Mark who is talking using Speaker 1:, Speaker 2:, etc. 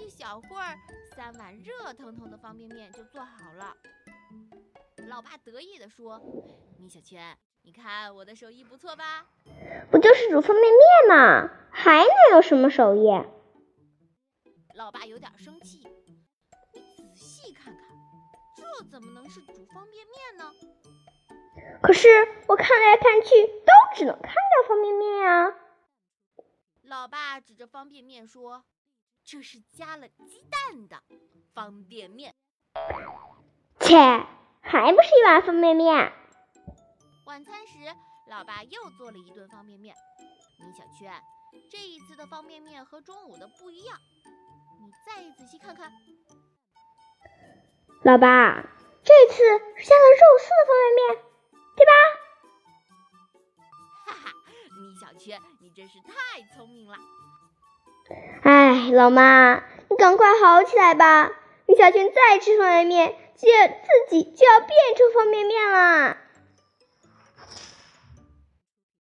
Speaker 1: 一小会儿，3碗热腾腾的方便面就做好了。老爸得意地说：“米小圈，你看我的手艺不错吧？”
Speaker 2: 不就是煮方便面吗？还能有什么手艺？
Speaker 1: 老爸有点生气：“你仔细看看，这怎么能是煮方便面呢？”
Speaker 2: 可是我看来看去都只能看到方便面啊！
Speaker 1: 老爸指着方便面说：“这是加了鸡蛋的方便面。”
Speaker 2: 切，还不是一碗方便面。
Speaker 1: 晚餐时，老爸又做了一顿方便面。米小圈，这一次的方便面和中午的不一样，你再仔细看看。
Speaker 2: 老爸，这次是加了肉丝的方便面，对吧？
Speaker 1: 哈哈，米小圈，你真是太聪明了。
Speaker 2: 哎，老妈，你赶快好起来吧！米小圈再吃方便面，自己就要变成方便面啦。